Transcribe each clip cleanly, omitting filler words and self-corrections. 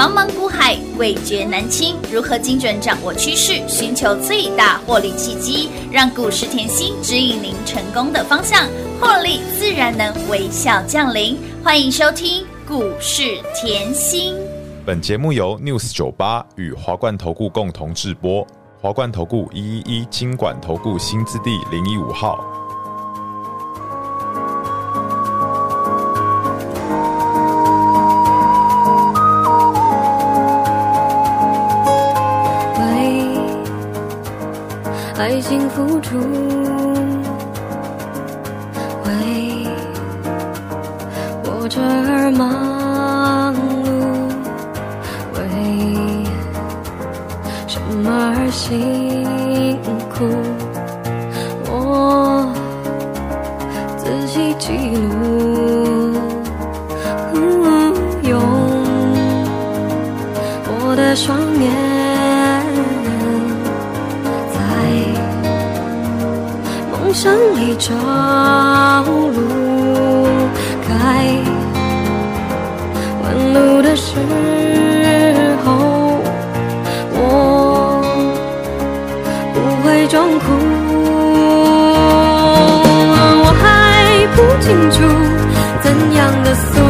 茫茫股海，味觉难清。如何精准掌握趋势，寻求最大获利契机，让股市甜心指引您成功的方向，获利自然能微笑降临。欢迎收听股市甜心。 本节目由 News 98与华冠投顾共同制播，华冠投顾111金管投顾新字第015号。 爱情付出，为我这儿忙碌，为什么而辛苦？我仔细记录，用我的双眼。梦想里找路，该弯路的时候，我不会装哭。我还不清楚怎样的速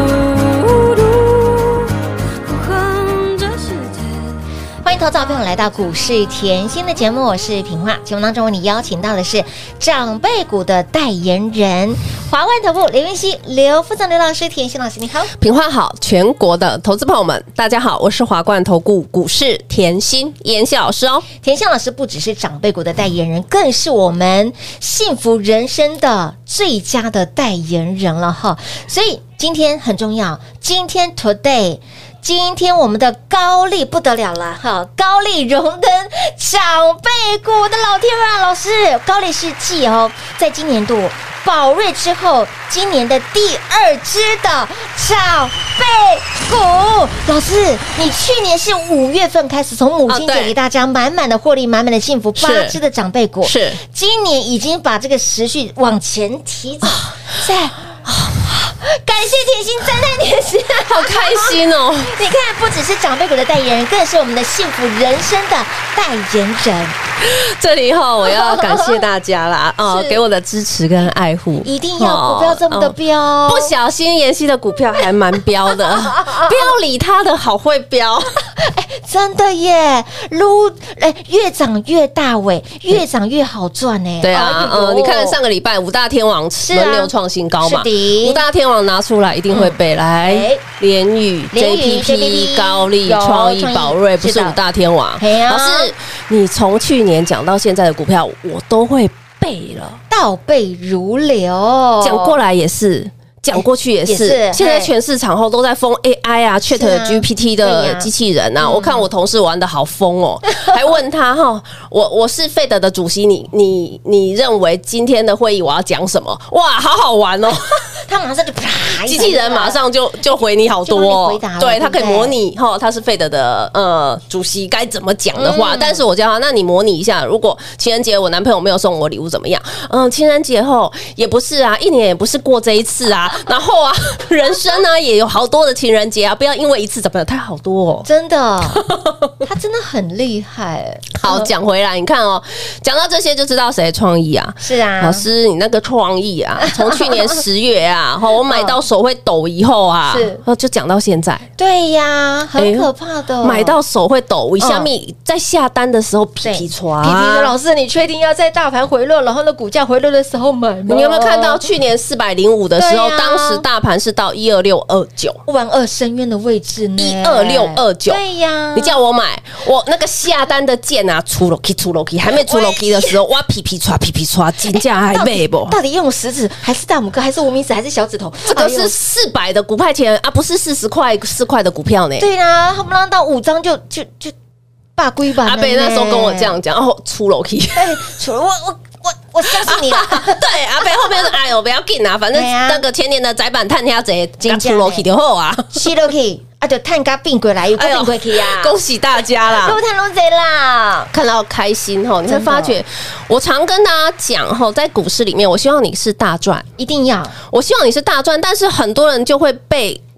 度符合这世界。 欢迎投资者朋友来到股市甜心的节目，我是品化。节目当中为你邀请到的是长辈股的代言人华冠投顾刘云熙、刘副总、刘老师。甜心老师你好。 品化好，全国的投资朋友们大家好，我是华冠投顾股市甜心妍希老师哦。 甜心老师不只是长辈股的代言人，更是我们幸福人生的最佳的代言人了哈。所以今天很重要，今天 today。今天我们的高利不得了了哈，高利荣登长辈股的老天儿老师，高利是继在今年度宝瑞之后，今年的第二支的长辈股。老师，你去年是5月份开始，从母亲节给大家满满的获利、满满的幸福，8支的长辈股，是今年已经把这个时序往前提走，在。感谢甜心，赞叹甜心， 好开心哦！ 你看，不只是长辈股的代言人，更是我们的幸福人生的代言人。 这里我要感谢大家啦给我的支持跟爱护， 一定要股票这么的飙， 不小心妍希的股票还蛮飙的，不要理他的，好会飙。 真的耶，越长越大尾，越长越好赚呢。 对啊，你看上个礼拜5大天王轮流创新高嘛，5大天王拿出来一定会背来，联宇、JPP、高利、创意、宝瑞，不是5大天王。老师，你从去年讲到现在的股票，我都会背了， 倒背如流， 讲过来也是。讲过去也是，现在全市场都在疯 AI 啊 ，ChatGPT 的机器人啊，我看我同事玩的好疯哦，还问他我是 Fed 的主席，你认为今天的会议我要讲什么？哇，好好玩哦！ 他马上就啪， 机器人马上就回你好多哦，对，他可以模拟他是 Fed 的主席该怎么讲的话，但是我叫他，那你模拟一下，如果情人节我男朋友没有送我礼物怎么样？情人节也不是啊，一年也不是过这一次啊。然后人生呢也有好多的情人节啊，不要因为一次怎么样，太好多哦， 真的，他真的很厉害。 好，讲回来，你看讲到这些就知道谁创意啊？ 是啊， 老师，你那个创意啊，从去年10月啊，我买到手会抖以后啊，就讲到现在。 对呀，很可怕的， 买到手会抖一下，在下单的时候皮皮唰， 皮皮说：“老师，你确定要在大盘回落，然后呢股价回落的时候买吗？” 你有没有看到去年405的时候？当时大盘是到12629，12000 深渊的位置呢 ，12629。 对呀， 你叫我买，我那个下单的键啊，出楼梯，还没出楼梯的时候，哇，皮皮唰，金价还卖不？ 到底用食指还是大拇哥，还是无名指，还是小指头？ 这个是400的股派钱啊，不是40块4块的股票呢。 对啦，他们让到5张就罢归吧。 阿北那时候跟我这样讲，出楼梯， 我相信你了。 对，阿北后面哎呦不要紧啊，反正那个前年的窄板探下贼，刚出楼梯就好啊， 出楼梯啊，就探家并轨来，又并轨去啊！ 恭喜大家啦， 都探龙贼啦， 看到开心吼，你会发觉，我常跟大家讲吼，在股市里面，我希望你是大赚， 一定要， 我希望你是大赚，但是很多人就会被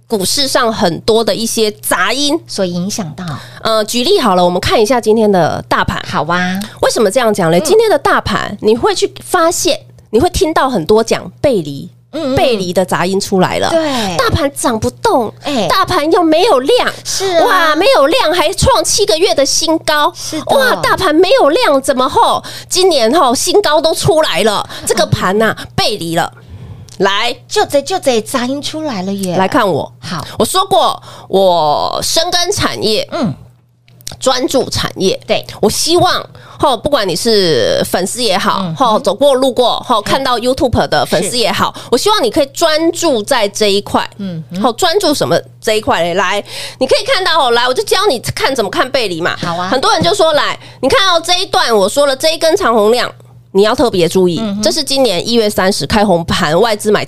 股市上很多的一些杂音所影响到。 举例好了，我们看一下今天的大盘。 好啊， 为什么这样讲呢？今天的大盘你会去发现，你会听到很多讲背离。背离的杂音出来了， 对， 大盘涨不动，大盘又没有量， 是啊， 哇，没有量还创7个月的新高， 是的， 哇，大盘没有量，怎么今年新高都出来了，这个盘呐背离了，来， 就这杂音出来了耶， 来看我， 好， 我说过我深耕产业，专注产业， 对， 我希望不管你是粉丝也好，走过路过看到 YouTube 的粉丝也好，我希望你可以专注在这一块，专注什么这一块来，你可以看到来，我就教你看怎么看背离嘛。 好啊， 很多人就说来，你看到这一段，我说了这一根长红量。你要特别注意，这是今年1月30开红盘，外资买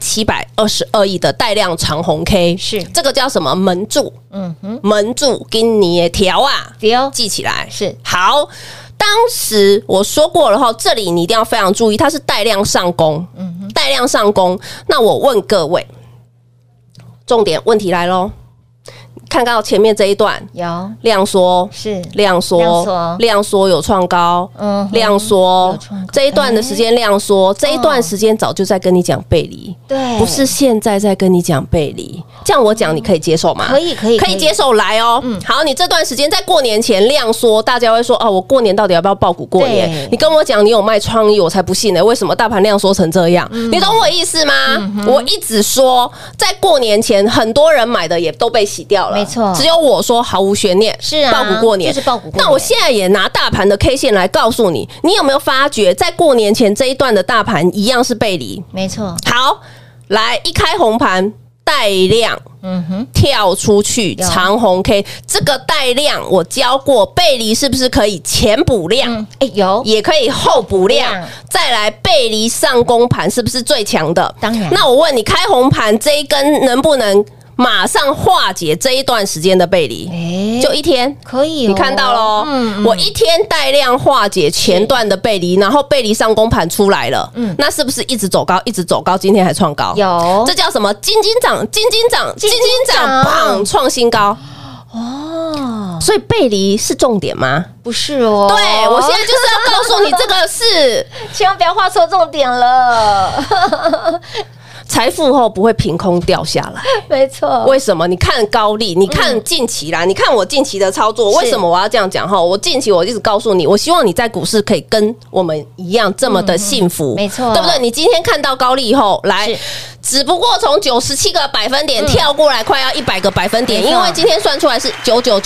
722亿的带量长红 K， 是这个叫什么门柱？门柱跟你的条啊，记起来是好。当时我说过了这里你一定要非常注意，它是带量上攻，带量上攻。那我问各位，重点问题来咯，看到前面这一段有量缩， 是量缩，量缩有创高，量缩这一段的时间量缩，这一段时间早就在跟你讲背离， 对， 不是现在在跟你讲背离，这样我讲你可以接受吗？ 可以接受来哦。好，你这段时间在过年前量缩，大家会说我过年到底要不要抱股过年？你跟我讲你有卖创意，我才不信呢。为什么大盘量缩成这样？你懂我意思吗？我一直说，在过年前很多人买的也都被洗掉了。 没错， 只有我说毫无悬念， 是啊， 抱股过年就是抱股过年。 那我现在也拿大盘的 K 线来告诉你，你有没有发觉，在过年前这一段的大盘一样是背离？ 没错。 好，来一开红盘带量，跳出去长红 K， 这个带量我教过，背离是不是可以前补量？ 有， 也可以后补量。再来背离上攻盘是不是最强的？ 当然。 那我问你，开红盘这一根能不能马上化解这一段时间的背离？就一天可以， 你看到咯，我一天带量化解前段的背离，然后背离上攻盘出来了，那是不是一直走高，一直走高？今天还创高， 有， 这叫什么？金金涨，金金涨，金金涨，砰，创新高。所以背离是重点吗？ 不是哦。 对，我现在就是要告诉你，这个是千万不要画错重点了。 财富不会凭空掉下来， 没错。 为什么？你看高利，你看近期啦，你看我近期的操作，为什么我要这样讲？我近期我一直告诉你，我希望你在股市可以跟我们一样这么的幸福， 没错， 对不对？你今天看到高利以后，来，只不过从97个百分点跳过来，快要100个百分点，因为今天算出来是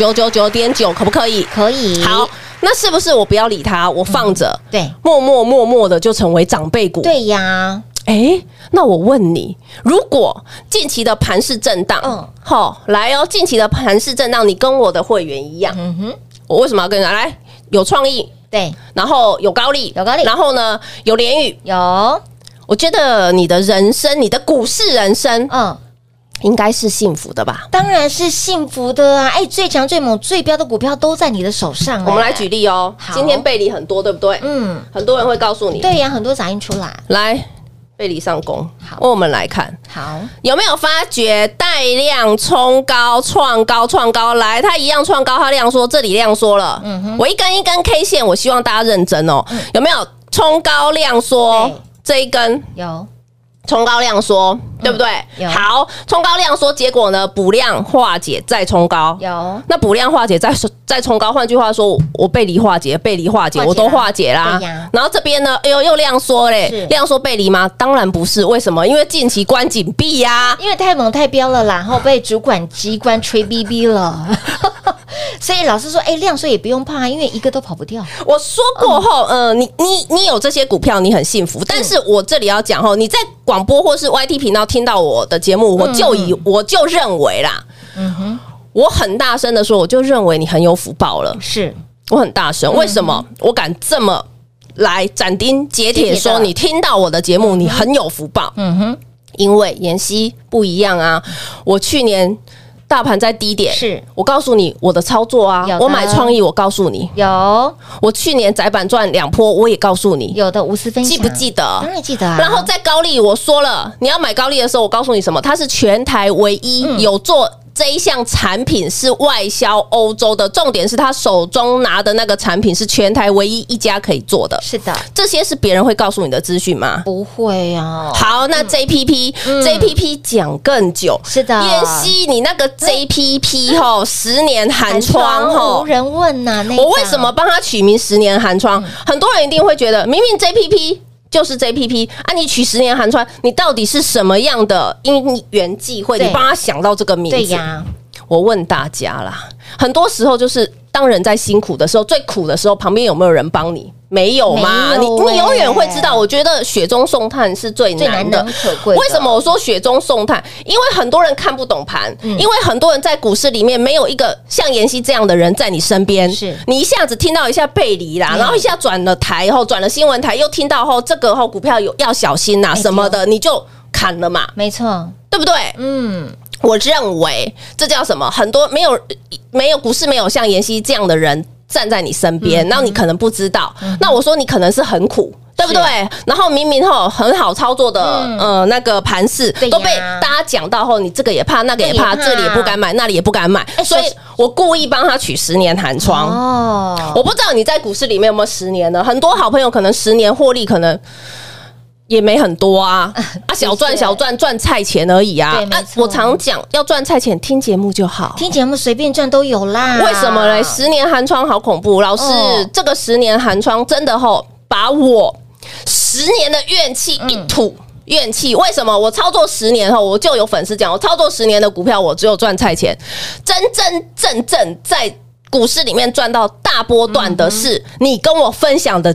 99.9，可不可以？ 可以。 好。那是不是我不要理它，我放着， 对， 默默的就成为长辈股？ 对呀。 那我问你，如果近期的盘势震荡，来哦，近期的盘势震荡，你跟我的会员一样，我为什么要跟你来？有创意， 对， 然后有高利，然后呢有联宇， 有。 我觉得你的人生，你的股市人生，应该是幸福的吧？ 当然是幸福的啊！最强、最猛、最标的股票都在你的手上。 我们来举例哦。今天背离很多，对不对？很多人会告诉你， 对呀，很多杂音出来。 来，背离上攻。 好， 我们来看， 好， 有没有发觉带量冲高、创高？来，它一样创高，它量缩，这里量缩了。我一根一根 K 线，我希望大家认真哦。有没有冲高量缩？这一根有。 冲高量缩，对不对？好，冲高量缩，结果呢？补量化解再冲高， 有。 那补量化解再冲高，换句话说，我背离化解，我都化解啦。然后这边呢，又量缩嘞，量缩背离吗？当然不是，为什么？因为近期关紧闭呀， 因为太猛太飙了啦，然后被主管机关吹逼逼了。所以老师说，量缩也不用怕，因为一个都跑不掉。 我说过后，你有这些股票，你很幸福。但是我这里要讲你在广播或是 YT 频道听到我的节目，我就认为啦，我很大声的说，我就认为你很有福报了。 是我很大声，为什么我敢这么来斩钉截铁说，你听到我的节目，你很有福报？因为妍希不一样啊，我去年大盘在低点， 是我告诉你我的操作啊，我买创意，我告诉你有， 我去年窄板赚2波，我也告诉你， 有的无私分享， 记不记得？ 当然记得啊。 然后在高丽，我说了，你要买高丽的时候，我告诉你什么？它是全台唯一有做这一项产品是外销欧洲的，重点是他手中拿的那个产品是全台唯一一家可以做的。 是的， 这些是别人会告诉你的资讯吗？ 不会啊。 好，那 JPP 讲更久， 是的， 妍希你那个 JPP 吼10年寒窗吼， 无人问呐。 我为什么帮他取名10年寒窗？很多人一定会觉得，明明 JPP。就是 JPP 啊，你取10年寒窗，你到底是什么样的因缘际会？你帮他想到这个名字？对呀，我问大家啦，很多时候就是当人在辛苦的时候，最苦的时候，旁边有没有人帮你？没有嘛？你永远会知道。我觉得雪中送炭是最难的， 可贵。 为什么我说雪中送炭？因为很多人看不懂盘，因为很多人在股市里面没有一个像妍希这样的人在你身边。是你一下子听到一下背离啦，然后一下转了台后，转了新闻台，又听到后这个后股票有要小心呐什么的，你就砍了嘛。 没错， 对不对？我认为这叫什么？很多没有股市没有像妍希这样的人站在你身边，然后你可能不知道。那我说你可能是很苦，对不对？然后明明后很好操作的那个盘势都被大家讲到后，你这个也怕，那个也怕，这里也不敢买，那里也不敢买，所以我故意帮他取10年寒窗。哦，我不知道你在股市里面有没有10年呢？很多好朋友可能10年获利可能也没很多啊，小赚赚菜钱而已啊！我常讲要赚菜钱，听节目就好， 听节目随便赚都有啦。 为什么嘞？10年寒窗好恐怖，老师，这个10年寒窗真的把我10年的怨气一吐。怨气，为什么？我操作10年后，我就有粉丝讲，我操作10年的股票，我只有赚菜钱，真正在股市里面赚到大波段的是你跟我分享的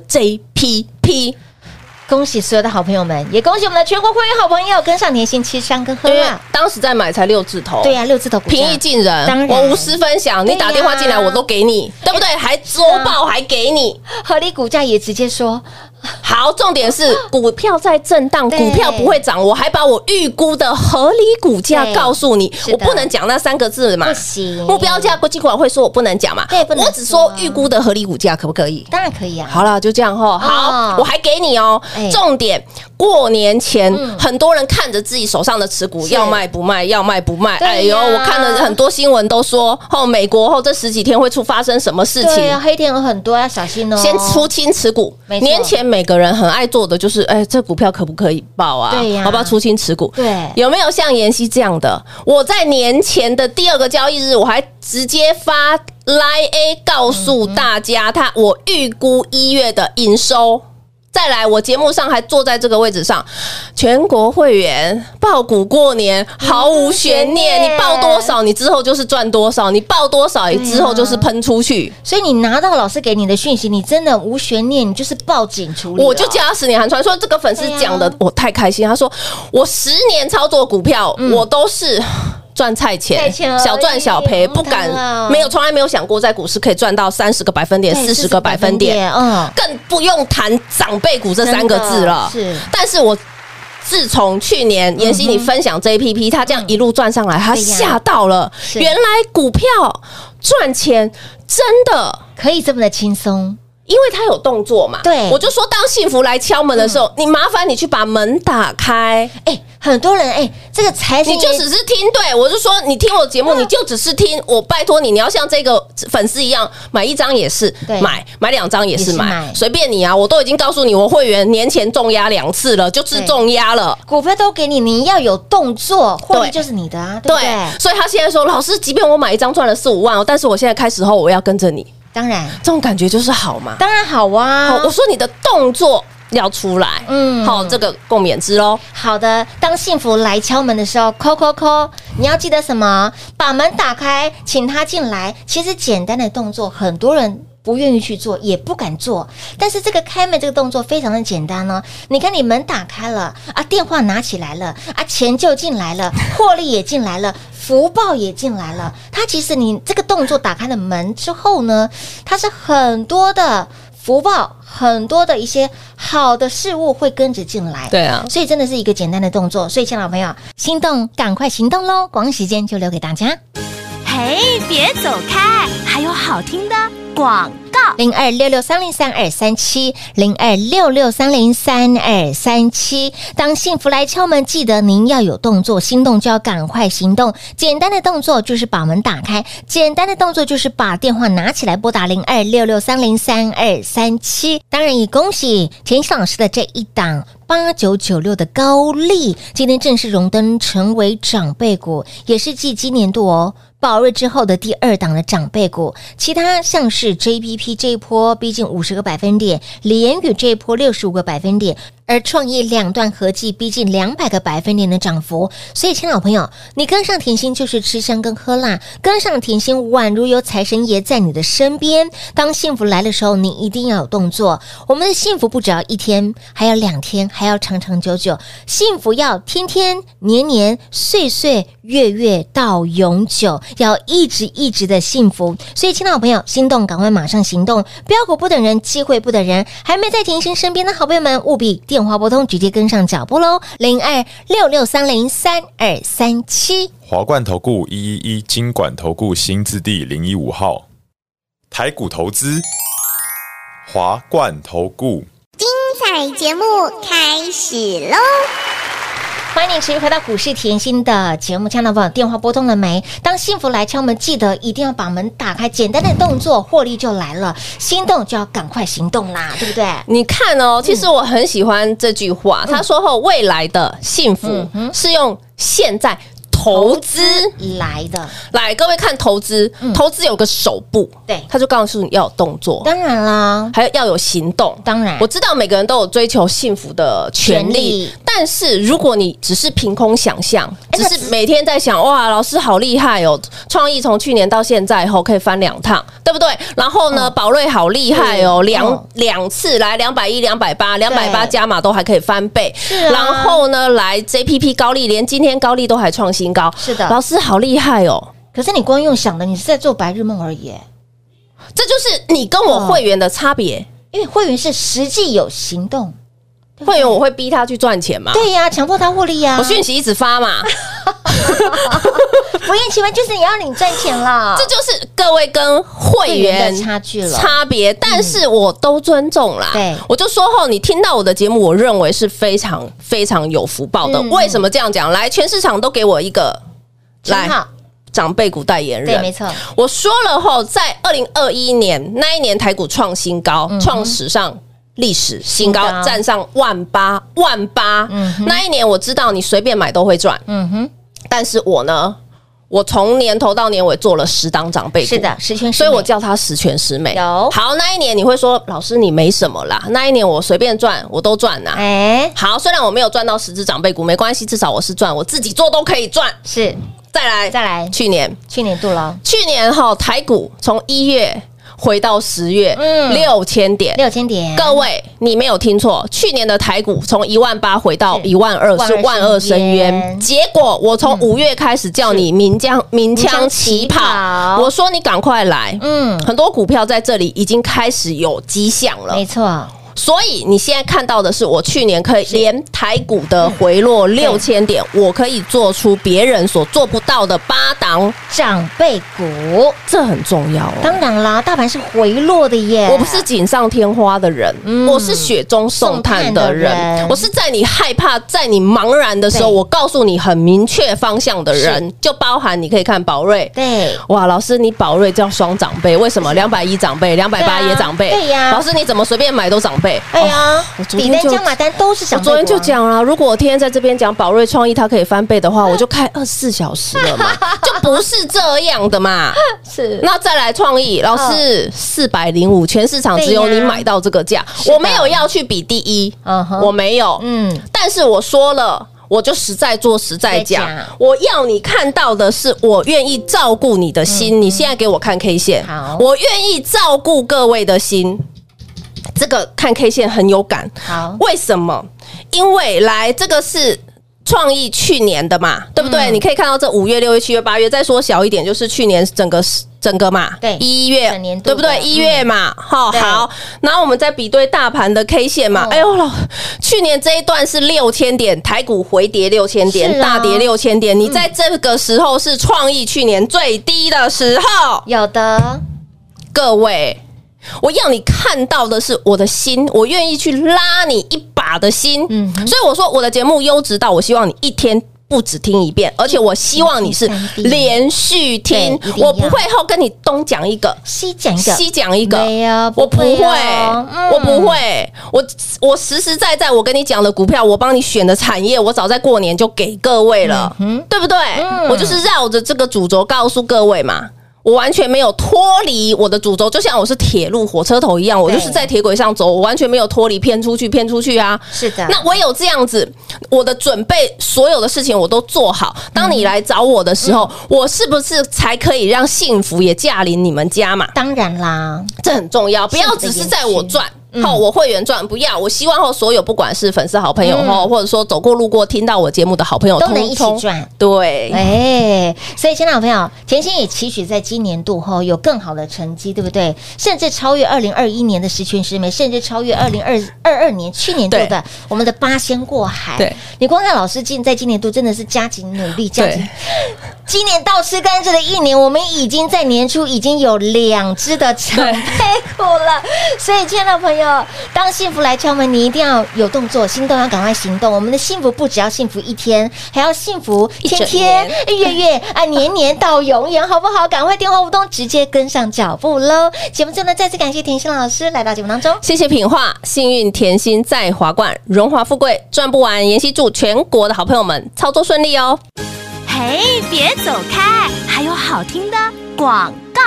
JPP。 恭喜所有的好朋友们，也恭喜我们的全国会员好朋友跟上年薪7伤跟喝辣。 当时在买才6字头， 对呀，6字头， 平易近人，我无私分享，你打电话进来我都给你，对不对？还周报还给你， 合理股价也直接说。 好，重点是股票在震荡，股票不会涨，我还把我预估的合理股价告诉你，我不能讲那3个字嘛， 不行， 目标价国际管会说我不能讲嘛，我只说预估的合理股价可不可以？ 当然可以啊。 好了，就这样好，我还给你哦。重点，过年前很多人看着自己手上的持股要卖不卖，要卖不卖。哎呦，我看了很多新闻都说，美国这10几天会发生什么事情？ 对啊，黑天鹅很多，要小心哦。 先出清持股，年前每个人很爱做的就是，这股票可不可以报啊？对呀，好不好？出清持股。对，有没有像妍希这样的？我在年前的第2个交易日，我还直接发 Line 告诉大家，我预估1月的营收。再来，我节目上还坐在这个位置上，全国会员抱股过年毫无悬念，你报多少，你之后就是赚多少，你报多少，你之后就是喷出去。 所以你拿到老师给你的讯息，你真的无悬念，你就是报警处理。 我就叫他10年寒窗，说这个粉丝讲的我太开心，他说我10年操作股票，我都是赚菜钱，小赚小赔，不敢，从来没有想过在股市可以赚到30个百分点、40个百分点，更不用谈长辈股这3个字了。但是我自从去年妍希你分享 JPP， 他这样一路赚上来，他吓到了，原来股票赚钱真的可以这么的轻松。 因为他有动作嘛，对，我就说当幸福来敲门的时候，你麻烦你去把门打开。 很多人这个财神你就只是听，对我就说你听我节目，你就只是听，我拜托你，你要像这个粉丝一样，买1张也是买2张也是买，随便你啊！我都已经告诉你，我会员年前重压2次了，就是重压了， 股票都给你，你要有动作，获利就是你的啊，对不对？ 所以他现在说，老师，即便我买1张赚了4、5万，但是我现在开始后，我要跟着你。 当然， 这种感觉就是好嘛， 当然好啊！ 我说你的动作要出来，好，这个共勉之喽。 好的，当幸福来敲门的时候，扣扣扣，你要记得什么？把门打开，请他进来。其实简单的动作，很多人不愿意去做，也不敢做。但是这个开门这个动作非常的简单哦。你看，你门打开了啊，电话拿起来了啊，钱就进来了，获利也进来了。福报也进来了，它其实你这个动作打开了门之后呢，它是很多的福报，很多的一些好的事物会跟着进来。 对啊， 所以真的是一个简单的动作。所以，亲爱的朋友，心动赶快行动喽！广告时间就留给大家。 嘿，别走开，还有好听的广告。 0266303237，0266303237。当幸福来敲门，记得您要有动作，心动就要赶快行动。简单的动作就是把门打开，简单的动作就是把电话拿起来拨打0266303237。当然也恭喜田心老师的这一档8996的高利，今天正式荣登成为长辈股，也是继今年度宝瑞之后的第2档的长辈股。其他像是 JPP 这一波逼近50个百分点，联宇这一波65个百分点，而创意2段合计逼近200个百分点的涨幅。所以亲老朋友，你跟上甜心就是吃香跟喝辣，跟上甜心宛如有财神爷在你的身边。当幸福来的时候，你一定要有动作。我们的幸福不只要1天，还要2天，还要长长久久。幸福要天天年年岁岁月月到永久，要一直一直的幸福。所以亲老朋友，心动赶快马上行动，标股不等人，机会不等人，还没在甜心身边的好朋友们，务必电话拨通，直接跟上脚步喽，0266303237。 华冠投顾111金管投顾新字第015号，台股投资，华冠投顾。 彩节目开始喽！ 欢迎你持续回到股市甜心的节目，亲爱的朋友，电话拨通了没？当幸福来敲门，记得一定要把门打开，简单的动作，获利就来了。心动就要赶快行动啦，对不对？ 你看其实我很喜欢这句话，他说后未来的幸福是用现在投资来的。 来，各位看投资，投资有个手部， 对， 他就告诉你要有动作， 当然啦， 还要有行动。 当然， 我知道每个人都有追求幸福的权利，但是如果你只是凭空想象，只是每天在想哇，老师好厉害哦，创意从去年到现在后可以翻2趟，对不对？然后呢，宝瑞好厉害哦，两次来210、280加码都还可以翻倍，然后呢，来 JPP 高利，连今天高利都还创新高， 是的， 老师好厉害哦。 可是你光用想的，你是在做白日梦而已， 这就是你跟我会员的差别， 因为会员是实际有行动， 会员我会逼他去赚钱嘛， 对呀，强迫他获利呀， 我讯息一直发嘛。 不厌其烦，就是也要你赚钱了， 这就是各位跟会员的差距了， 差别。但是我都尊重啦， 对， 我就说后，你听到我的节目，我认为是非常非常有福报的。为什么这样讲？来，全市场都给我一个来长辈股代言人， 对，没错。 我说了后，在2021年那一年，台股创新高，创史上历史新高，站上18000。那一年我知道你随便买都会赚，但是我呢，我从年头到年尾做了10档长辈股， 是的，10全10美， 所以我叫它10全10美。 有好，那一年你会说，老师你没什么啦，那一年我随便赚，我都赚呐。好，虽然我没有赚到10只长辈股，没关系，至少我是赚，我自己做都可以赚。 是，再来， 去年度了， 去年台股从1月回到10月，6000点 ，6000点。 各位，你没有听错，去年的台股从18000回到12000，是12000深渊。结果我从5月开始叫你鸣枪起跑，我说你赶快来。很多股票在这里已经开始有迹象了， 没错。 所以你现在看到的是我去年可以连台股的回落6000点，我可以做出别人所做不到的8档长辈股， 这很重要。 当然啦，大盘是回落的耶， 我不是锦上添花的人，我是雪中送炭的人，我是在你害怕、在你茫然的时候，我告诉你很明确方向的人，就包含你可以看宝瑞， 对， 哇，老师你宝瑞叫双长辈，为什么210长辈、280也长辈？ 对呀， 老师你怎么随便买都长辈？ 哎呀，底单加码单都是长辈股。 我昨天就讲了，如果我天天在这边讲宝瑞创意它可以翻倍的话，我就开24小时了嘛，就不是这样的嘛。 是， 那再来创意，老师405，全市场只有你买到这个价，我没有要去比第一，我没有，但是我说了。我就实在做实在讲，我要你看到的是我愿意照顾你的心。你现在给我看 K 线，我愿意照顾各位的心。这个看 K 线很有感，好，为什么？因为来这个是创意去年的嘛，对不对？你可以看到这5月、6月、7月、8月，再缩小一点，就是去年整个嘛， 对 ，1月整年度对不对？1月嘛，好，然后我们再比对大盘的 K 线嘛，哎呦，去年这一段是6000点，台股回跌6000点，大跌6000点，你在这个时候是创意去年最低的时候， 有的， 各位。我要你看到的是我的心，我愿意去拉你一把的心。所以我说我的节目优质到，我希望你一天不只听一遍，而且我希望你是连续听，我不会后跟你东讲一个，西讲一个，我不会，我不会，我实实在在我跟你讲的股票，我帮你选的产业，我早在过年就给各位了，对不对？我就是绕着这个主轴告诉各位嘛。我完全没有脱离我的主轴，就像我是铁路火车头一样，我就是在铁轨上走，我完全没有脱离偏出去啊！ 是的， 那唯有这样子，我的准备所有的事情我都做好。当你来找我的时候，我是不是才可以让幸福也驾临你们家嘛？ 当然啦， 这很重要，不要只是在我赚。我会员赚不要，我希望后所有不管是粉丝好朋友或者说走过路过听到我节目的好朋友都能一起赚。 对， 所以亲爱的朋友，甜心也期许在今年度有更好的成绩，对不对？甚至超越2021年的十全十美，甚至超越2022年去年度的我们的八仙过海。 对， 你光看老师在今年度真的是加紧努力，加紧。今年倒吃甘蔗的一年，我们已经在年初已经有2只的长辈股了。所以亲爱的朋友，当幸福来敲门，你一定要有动作，心动要赶快行动。我们的幸福不只要幸福一天，还要幸福天天、月啊、年到永远，好不好？赶快电话互动，直接跟上脚步喽！节目最后呢，再次感谢甜心老师来到节目当中， 谢谢品画，幸运甜心在华冠，荣华富贵赚不完。妍希祝全国的好朋友们操作顺利哦！ 嘿，别走开，还有好听的广告。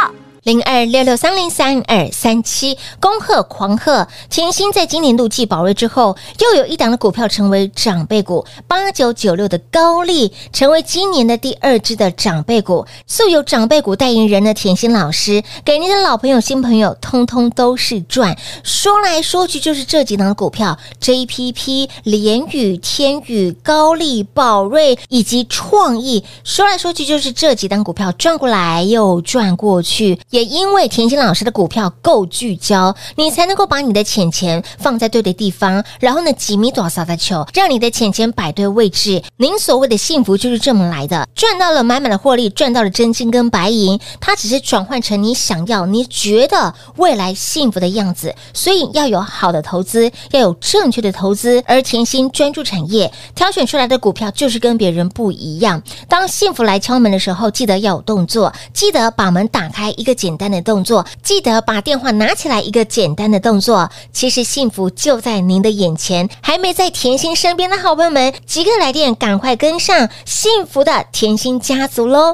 0266303237，恭贺狂贺！甜心在今年度继宝瑞之后，又有一档的股票成为长辈股，8996的高利成为今年的第2只的长辈股。素有长辈股代言人的甜心老师，给您的老朋友、新朋友，通通都是赚。说来说去就是这几档的股票 ：JPP、联宇、天宇、高利、宝瑞以及创意。说来说去就是这几档股票赚过来又赚过去。也因为甜心老师的股票够聚焦，你才能够把你的钱放在对的地方，然后呢几米多少的球，让你的钱摆对位置。您所谓的幸福就是这么来的，赚到了满满的获利，赚到了真金跟白银，它只是转换成你想要、你觉得未来幸福的样子。所以要有好的投资，要有正确的投资，而甜心专注产业，挑选出来的股票就是跟别人不一样。当幸福来敲门的时候，记得要有动作，记得把门打开一个简单的动作，记得把电话拿起来一个简单的动作。其实幸福就在您的眼前，还没在甜心身边的好朋友们，即刻来电，赶快跟上幸福的甜心家族喽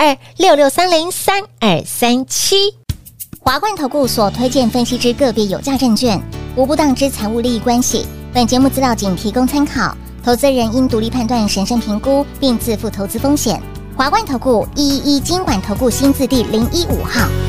！0266303237。 华冠投顾所推荐分析之个别有价证券，无不当之财务利益关系。本节目资料仅提供参考，投资人应独立判断、审慎评估，并自负投资风险。华冠投顾111金管投顾新字第015号。